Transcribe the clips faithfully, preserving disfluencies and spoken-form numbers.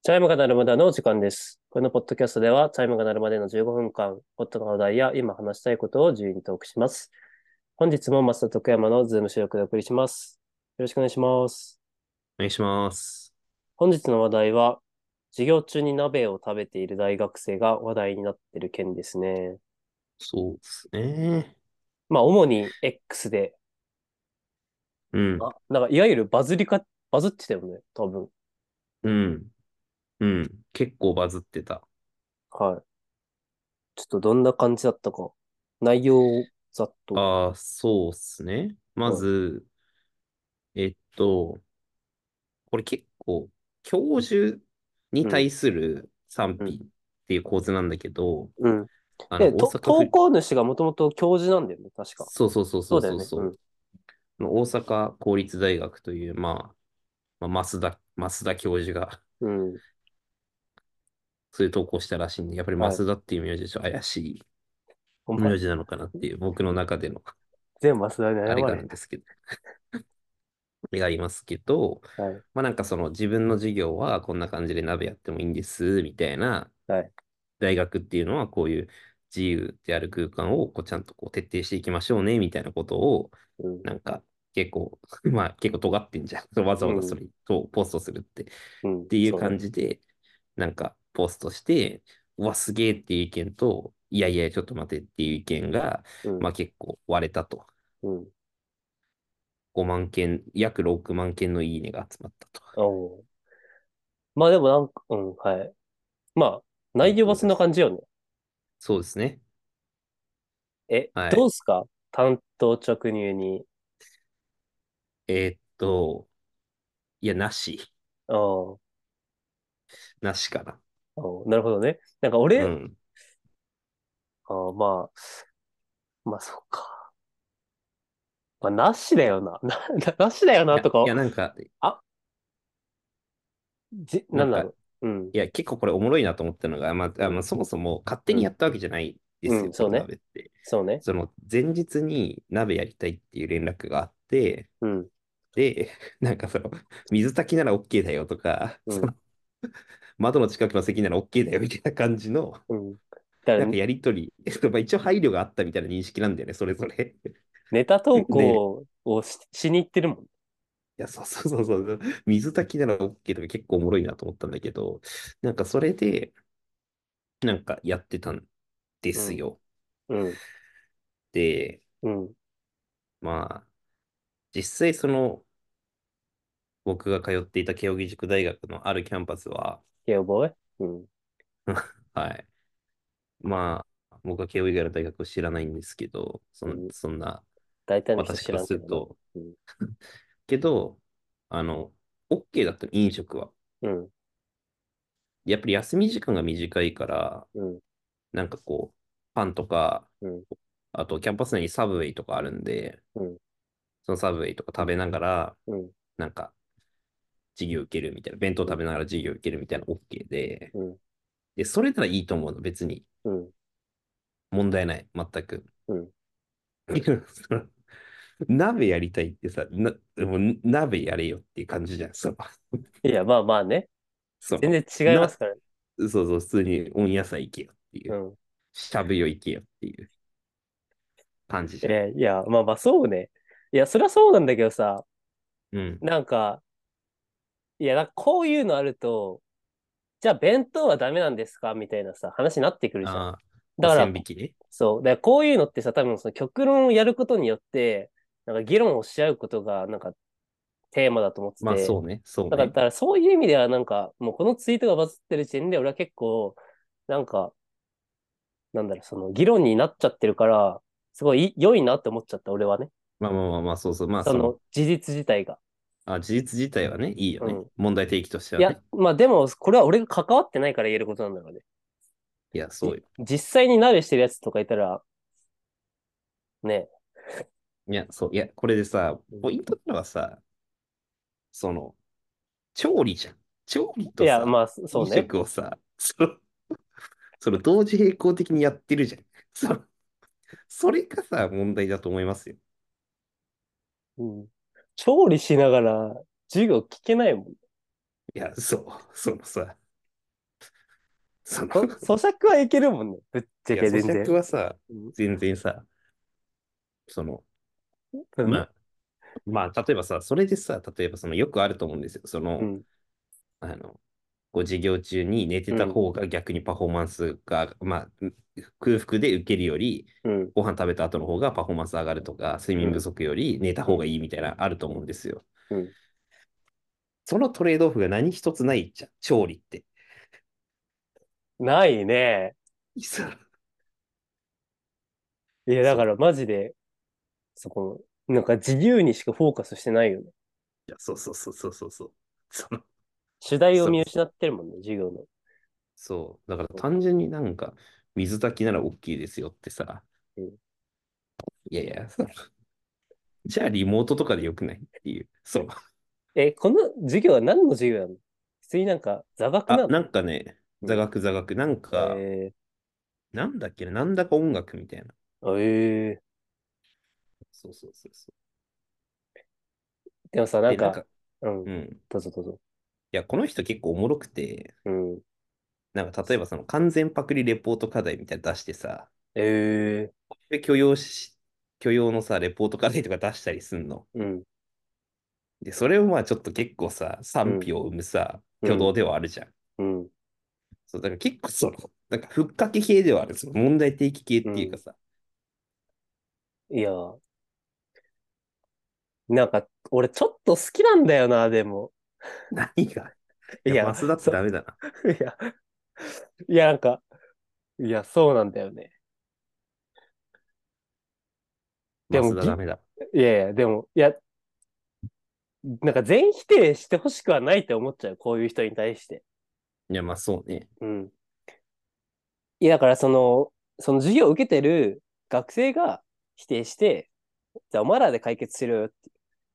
チャイムが鳴るまでの時間です。このポッドキャストでは、チャイムが鳴るまでのじゅうごふんかん、ホットな話題や今話したいことを自由にトークします。本日も増田徳山のズーム収録でお送りします。よろしくお願いします。 お願いします。 本日の話題は、授業中に鍋を食べている大学生が話題になっている件ですね。 そうですね。 まあ、主に X で、 うん、 あ、なんか、いわゆるバズりか、バズってたよね、多分。 うん、うん。結構バズってた。 はい。ちょっとどんな感じだったか。内容をざっと。 ああ、そうっすね。まはい。 ず、えっと、これ結構、教授にうん。 対する賛うん。 否っていう構図なんだけど、 うん。で、 あの、大と、 阪府、 投稿主がもともと教授なんだよね、確か。 そうそうそうそうそうだよね。うそうそん。 う、大阪公立大学という、まあ、まあ、増田、増田教授が、 うん。 そういう投稿したらしいんで、やっぱりはい。 増田っていう名字でちょっと怪しいお前、 名字なのかなっていう、僕の中での全マスダに謝あれがあるれ。 んですけど、がありますけど、 はい。 まあなんかその自分の授業はこんな感じで鍋やってもいいんです、みたいな、 はい。 大学っていうのはこういう自由である空間をこうちゃんとこう徹底していきましょうね、みたいなことを、 うん。 なんか結構、まあ結構尖ってんじゃん。そうわざうん。 わざそれをポストするって。っうん。 ていうそうね。 感じで、なんかポストして、うわ、すげえっていう意見と、いやいや、ちょっと待てっていう意見が、 うん。 まあ結構割れたと。 うん。 ごまん件、約ろくまん件のいいねが集まったとおう。まあでもなんか、うん、はい。まあ、 いう内容はそんことです。 な感じよね。 そうですね。 え、 はい。 どうすか単刀直入に。 えーっと、いや、なし。 ああ、 なしかな。 ああなるほどね。なんか俺、 うん。 ああ、まあ、まあそっか。まあ、なしだよな。な、なしだよいや、 なとか、 いや、なんか、 あ、じ、ななんか、 んだろう。うん。 いや、結構これおもろいなと思ったのが、まあ、あうん。 のそもそも勝手うん。 にやったわけじゃないですよ、 うん。 このそうね。 鍋って。 そうね。 その、前日に鍋やりたいっていう連絡があって、 うん。 で、なんかその、水炊きなら OK だよとか、 うん。 その、窓の近くの席なら OK だよみたいな感じの、 うん。だから、 なんかやりとり、まあ一応配慮があったみたいな認識なんだよね、それぞれ。 ネタ投で、 稿をし、しに行ってるもん。 いや、そうそうそうそう、水炊きなら OK とか結構おもろいなと思ったんだけど、なんかそれで、なんかやってたんでうん。 すよ。 うん。 で、 うん。 まあ、実際その、僕が通っていた慶應義塾大学のあるキャンパスは、 ゲオボーイうん。 はい。まあ、僕は慶應以外の大学を知らないんですけど、そん、 うん。 そんな、 大体の人知私かららんけどな。 すると、 うん。 けど、あの、OK だったの飲食は。 うん。 やっぱり休み時間が短いから、 うん。 なんかこう、パンとか、 うん。 あとキャンパス内にサブウェイとかあるんで、 うん。 そのサブウェイとか食べながら、 うん。 なんか授業受けるみたいな、弁当食べながら授業受けるみたいな OK で、 うん。 で、それならいいと思うの、別に。 うん。 問題ない、全く。 うん。 鍋やりたいってさ、な、もう鍋やれよっていう感じじゃん。その、 いや、まあまあね。 その、 全然違いまな、 すからね。 そうそう、普通に温野菜行けよっていう、 うん。 しゃぶよ行けよっていう感じじゃん。 えーいや、まあまあそうね。いや、そりゃそうなんだけどさ、 うん。 なんか、いや、なんかこういうのあると、じゃあ弁当はダメなんですかみたいなさ、話になってくるじゃん。 ああ、まあ、 だから、 線引きね。 そう。だからこういうのってさ、多分その極論をやることによって、なんか議論をし合うことが、なんかテーマだと思ってて、 まあそうね、そうだから、だね。 からそういう意味ではなんか、もうこのツイートがバズってる時点で俺は結構、なんか、なんだろう、その議論になっちゃってるから、すごい良いなって思っちゃった、俺はね。 まあまあまあまあ、そうそう。まあそその、 の事実自体が。 あ、事実自体はね、いいよね。 うん。 問題提起としていや、 はね。 まあでも、これは俺が関わってないから言えることなんだろうね。 いや、 じそうよ。 実際に鍋してるやつとかいたら、ね。 いや、そう。いや、これでさ、 うんポイントなのはさ、その、調理じゃん。調理いや、 とさ、 まあ、そそ飲うね。 食をさ、その、その同時並行的にやってるじゃん。その、それがさ、問題だと思いますよ。 うん。調理しながら授業聞けないもん。 いや、そう。そのさ、 そのそ咀嚼はいけるもんね。ぶっちゃいや、咀け全然。 嚼はさ、 うん。 全然さ、その、 うん。 まあ、まあ、例えばさ、それでさ、例えばそのよくあると思うんですよ。その、 うん。 あの、こう授業中に寝てうん。 た方が逆にパフォーマンスが、まあ、空腹で受けるより、 うん。 ご飯食べた後の方がパフォーマンス上がるとか、睡うん。 眠不足より寝たうん。 方がいいみたいなあると思うんですよ。 うん。 そのトレードオフが何一つないじゃん、調理って。 ないね。 そう。 いや、だそう。 からマジで、そこ、なんか自由にしかフォーカスしてないよね。 いや、そうそうそうそうそうそう。その、 主題をそうそう。 見失ってるもんね、授業の。 そう。だから単純になんか、水炊きなら OK ですよってさ、 うん。 いやいや、そのじゃあリモートとかでよくないっていう。そう。 え、この授業は何の授業なの？普通になんか座学あ、 なの？ なんかね、座うん。 学座学、なんか、 えなんだっけな、なんだか音楽みたいな。 ー、えー。 そうそうそうそう。 でもさ、なんで、なんか、 か、 うん。 うん。 どうぞどうぞ。 いや、この人結構おもろくて、 うん。 なんか例えばその完全パクリレポート課題みたいなの出してさ、 えで許容し、許容のさ、レポート課題とか出したりすんの。 ー。うん。 で、それをまあちょっと結構さ、 うん。 賛否を生むさ、 うん。 挙動ではあるじゃん。 うん。 そう、だから結構その、なんかふっかけ系ではある。その問題提起系っうん。 ていうかさ、 いやー、なんか、俺ちょっと好きなんだよな、でも。 何がいや、 いや、 増田ってそ、 ダメだな。 いや、いや、なんか、いや、そうなんだよね。でも、ぎ、い増田ダメだ。 やいや、でも、いや、なんか全否定してほしくはないって思っちゃう、こういう人に対して。 いや、まあそうね。 うん。いや、だからその、その授業を受けてる学生が否定して、じゃあお前らで解決しろよっていう。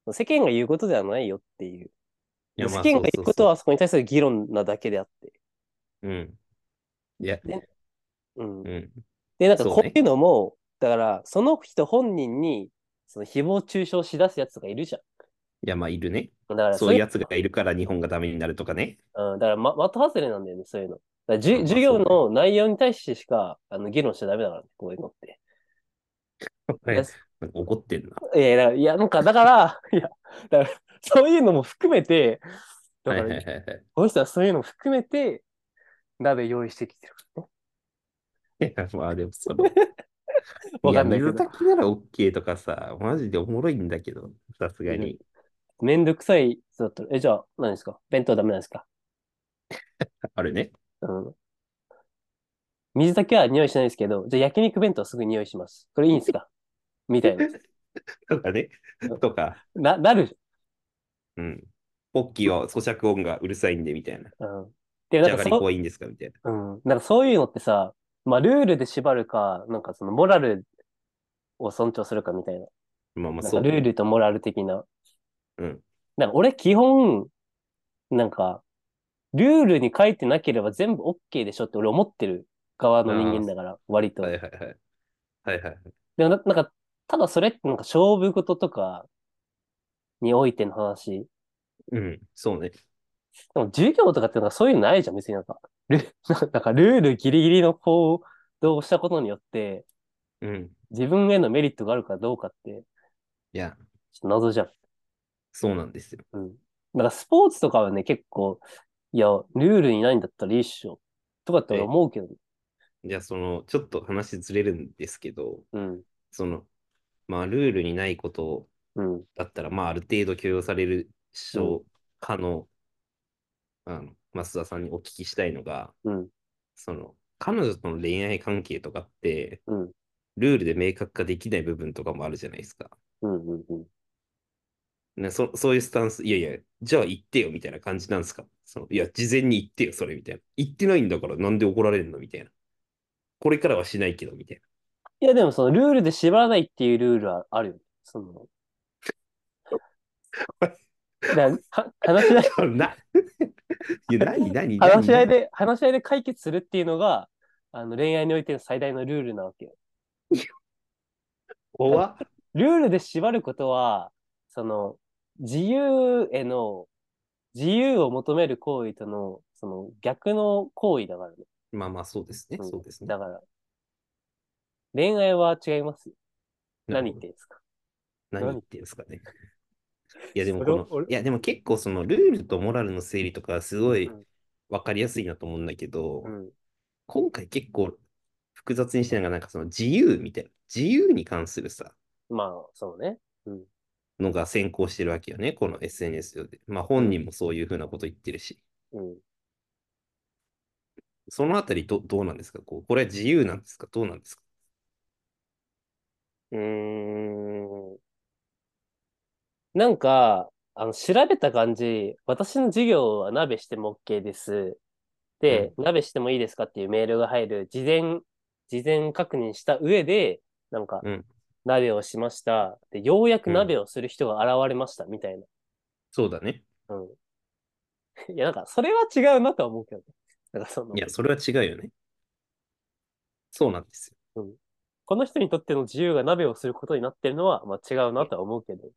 世間が言うことではないよっていう。 いや、 で、世まあそう間が言うことそうそはそこに対する議論なだけであって。 う。うん。いや、 で、うん。 うん。 で、なんかそうね。 こういうのも、だから、その人本人に、その誹謗中傷し出すやつがいるじゃいや、まあいるね。 ん。だからそういう、 そういうやつがいるから日本がダメになるとかね。 うん、だから、ま、的外れなんだよね、そういうの。だからじゅまあま授業あそうね。 の内容に対してしか、あの、議論しちゃダメだからね、こういうのって。だはいなんか怒ってんな。 いや、いや、いやなんか、だから、いや、だから、そういうのも含めて、だから、 はいはいはいはい。 この人はそういうのも含めて、鍋用意してきてるからね。 いや、まあでもその、いわかや、 んないけど。 水炊きなら OK とかさ、マジでおもろいんだけど、さすがに。 めんどくさい人だったら、え、じゃあ、何ですか？弁当ダメなんですか？ あるね。 うん。水だけは匂いしないですけど、じゃあ焼肉弁当はすぐ匂いします。これいいんですか？みたいな。 とかね。とか、 な、なるじうん。ポッキーは咀嚼音がうるさいんで、みたいな。 ゃん。うん。で、なんじゃがりこかそはいいんですかみたいな。 う、うん。なんかそういうのってさ、まあ、ルールで縛るか、なんかそのモラルを尊重するかみたいな。 まあまあなんかルーそうね。 ルとモラル的な。 うん。 なんか俺基本、なんか、ルールに書いてなければ全部 OK でしょって俺思ってる側の人あ間だから、割あ、はと。 いはいはい。はいはいはい。 でもな、なんか、ただそれってなんか勝負事とかにおいての話。 うん。そうね。 でも授業とかってなんかそういうのないじゃん、別になんか。ル、なんかルールギリギリの行動をしたことによって、 うん。 自分へのメリットがあるかどうかって、 いや、 ちょっと謎じゃん。 そうなんですよ。 うん。だからスポーツとかはね、結構、いや、ルールにないんだったらいいっしょ。とかって俺え、 思うけどね。 じゃあその、ちょっと話ずれるんですけど、 うん。 その、まあ、ルールにないことうん。 だったら、まあ、ある程度許容されるうん。 小可の、あの、増田さんにお聞きしたいのが、 うん。 その、彼女との恋愛関係とかって、 うん。 ルールで明確化できない部分とかもあるじゃないですか。 うん。うん。うん。 ね、そ、そういうスタンス、いやいや、じゃあ言ってよみたいな感じなんですか？その、いや、事前に言ってよ、それみたいな。言ってないんだからなんで怒られるのみたいな。これからはしないけど、みたいいや、でもそのルールで縛らないっていうルールはあるよね。その、だからは話し合い、 な。な、いや、何、何、何、何話し合いで、話し合いで解決するっていうのが、あの恋愛においての最大のルールなわけよ。だ怖っ。 ルールで縛ることは、その、自由への、自由を求める行為との、その逆の行為だからね。 まあまあ、そうですね。 うん。 そうですね。 だから、恋愛は違いますよ。何なるほど。 言ってんすか？何言っ何言ってんですかね。いや、でもそれを、 この、 俺、 いや、でも結構そのルールとモラルの整理とかすごいうん、 わかりやすいなと思うんだけど、 うん。 今回結構複雑にしてるのが、なんかその自由みたいな、自由に関するさ、 まあ、そうね。うん、 のが先行してるわけよね、この エスエヌエス 上で。まあうん、 本人もそういうふうなこと言ってるし。 うん。 そのあたりど、どうなんですか？こう、これは自由なんですか？どうなんですか？ うーん。なんか、あの、調べた感じ、私の授業は鍋しても OK です。で、 うん、 鍋してもいいですかっていうメールが入る事前、事前確認した上で、なんか、 うん、 鍋をしました。で、ようやくうん。 鍋をする人が現れました、みたいな。 そうだね。 うん。いや、なんか、それは違うなとは思うけどね。なんかその、 いや、それは違うよね。そうなんですよ。 うん。この人にとっての自由が鍋をすることになってるのは、まあ違うなとは思うけど。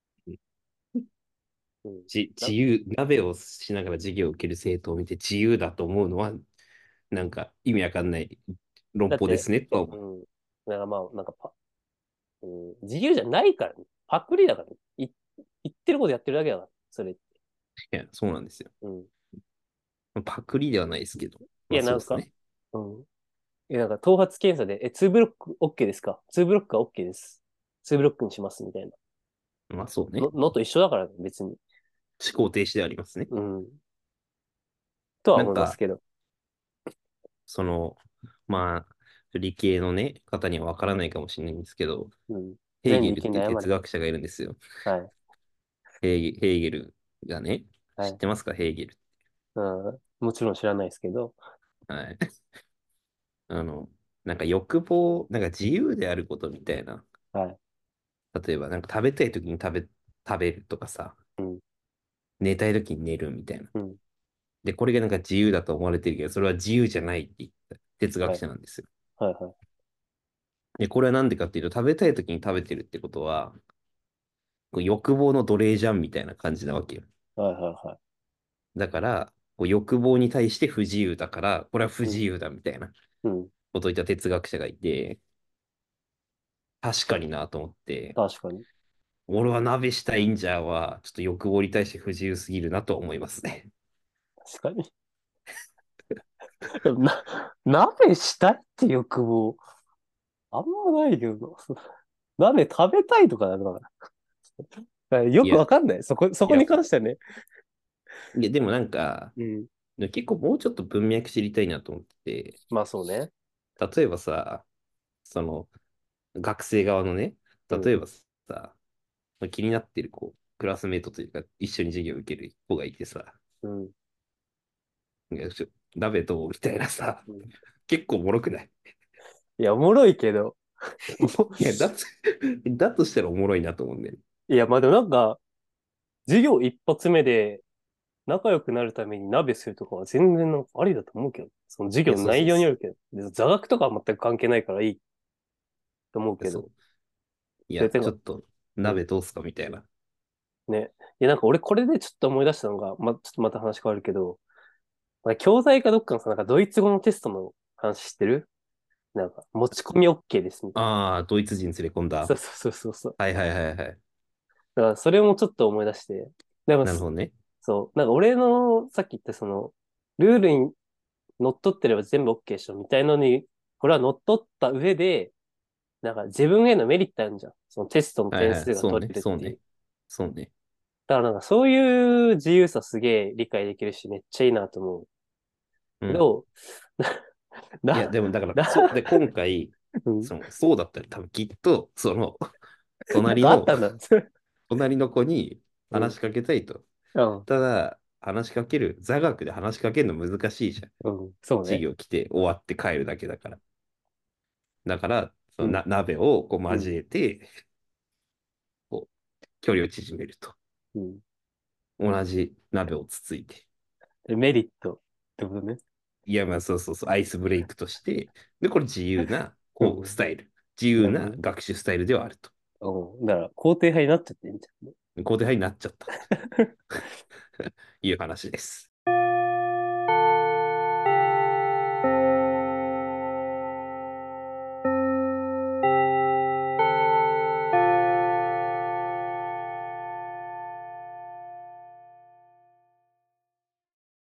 うん。 じ、 な、 自由、鍋をしながら授業を受ける生徒を見て自由だと思うのは、なんか意味わかんない論だって、 法ですね、とは思う。 うん。なんかまあ、なんかパ、うん、自由じゃないからね。パクリだからね。い、言ってることやってるだけだから、それ。 いや、そうなんですよ。 うん。 パクリではないですけど。 いや、 まあなんか、 そうですね。 うん。いや、なんか、頭髪検査で、え、ツーブロック OK ですか？ ツー ブロックは OK です。ツーブロックにします、みたいな。 まあそうね。 の、のと一緒だからね、別に。 思考停止でありますね。 うん。とはなんか、 思いますけど。 その、まあ、理系のね、方にはわからないかもしれないんですけど、 うん。 ヘー全理ゲルっていう研で謝れ。 哲学者がいるんですよ。 はい。 ヘーゲ、ヘーゲルがね、 はい。 知ってますか？ヘーゲル。 うん。もちろん知らないですけど。 はい。あの、なんか欲望、なんか自由であることみたいな。 はい。 例えば、なんか食べたい時に食べ、食べるとかさ、 うん。 寝たい時に寝るみたいな。 うん。 で、これがなんか自由だと思われてるけど、それは自由じゃないって言った哲学はい。 者なんですよ。 はい。はい。 で、これはなんでかっていうと、食べたい時に食べてるってことは、こう欲望の奴隷じゃんみたいな感じなわけよ。 はい。はい。はい。 だから、こう欲望に対して不自由だから、これは不うん。 自由だみたいなうん。 ことを言った哲学者がいて、確かになと思って、 確かに。 俺は鍋したいんじゃは、ちょっと欲望に対して不自由すぎるなと思いますね。 確かに。でもな、鍋したいって欲望、あんまないけどな。鍋食べたいとかなのかな。よいや、 くわかんない。そこ、そこいや、 に関してはね。 いやでもなんか、 うん。 結構もうちょっと文脈知りたいなと思ってて、 まあそうね。 例えばさ、その、学生側のね、 うん。 例えばさ、気になってるこう、クラスメートというか、一緒に授業を受ける子がいてさ、 うん。 いやちょ鍋どうみたいなさ、 うん。 結構おもろくない？ いや、おもろいけど。もいや、だと、だとしたらおもろいなと思うんだよね。 いや、まあでもなんか、授業一発目で仲良くなるために鍋するとかは全然なんかありだと思うけど。その授いや、 業のそうそうそう。 内容によるけど。で座学とかは全く関係ないからいいと思うけど。 そう。いで、 や、 てか、 ちょっと、 うん。 鍋どうすかみたいな。 ね。いや、なんか俺これでちょっと思い出したのが、ま、ちょっとまた話変わるけど、なんか教材かどっかのさ、なんかドイツ語のテストの話知ってる？なんか、持ち込み OK ですみたいな。 ああ、ドイツ人連れ込んだ。 そうそうそうそう。 はいはいはいはい。 だからそれもちょっと思い出して。でも、 なるほどね。 そう。なんか俺のさっき言ったその、ルールに乗っ取ってれば全部 OK でしょみたいのに、これは乗っ取った上で、なんか自分へのメリットあるんじゃん。そのテストのはいはい。 点数が取そうね。 れるっていう。 そうね。そうね。 だからなんかそういう自由さすげえ理解できるし、めっちゃいいなと思う。 うん。 けど、 いや、 な、 でもだから、そう。で、 な、 今回、 うん。 その、そうだったら多分きっと、その、 なん隣の、 かあったんだ。 隣の子にうん。 話しかけたいと。 うん。 ただ、話しかける、座学で話しかけるの難しいじゃん。 うん。そう授ね。 業来て終わって帰るだけだから。だから、そうん。 のな鍋をこううん。 交えて、こう、距離を縮めると。 うん。 同じ鍋をつついて。 でメリットってことね。 いや、まあそうそうそう、アイスブレイクとして、で、これ自由な、こう、スうん。 タイル。自由なるほどね。 な学習スタイルではあると。 うん。だから、肯定派になっちゃってんじゃん。 肯定派になっちゃったという話です。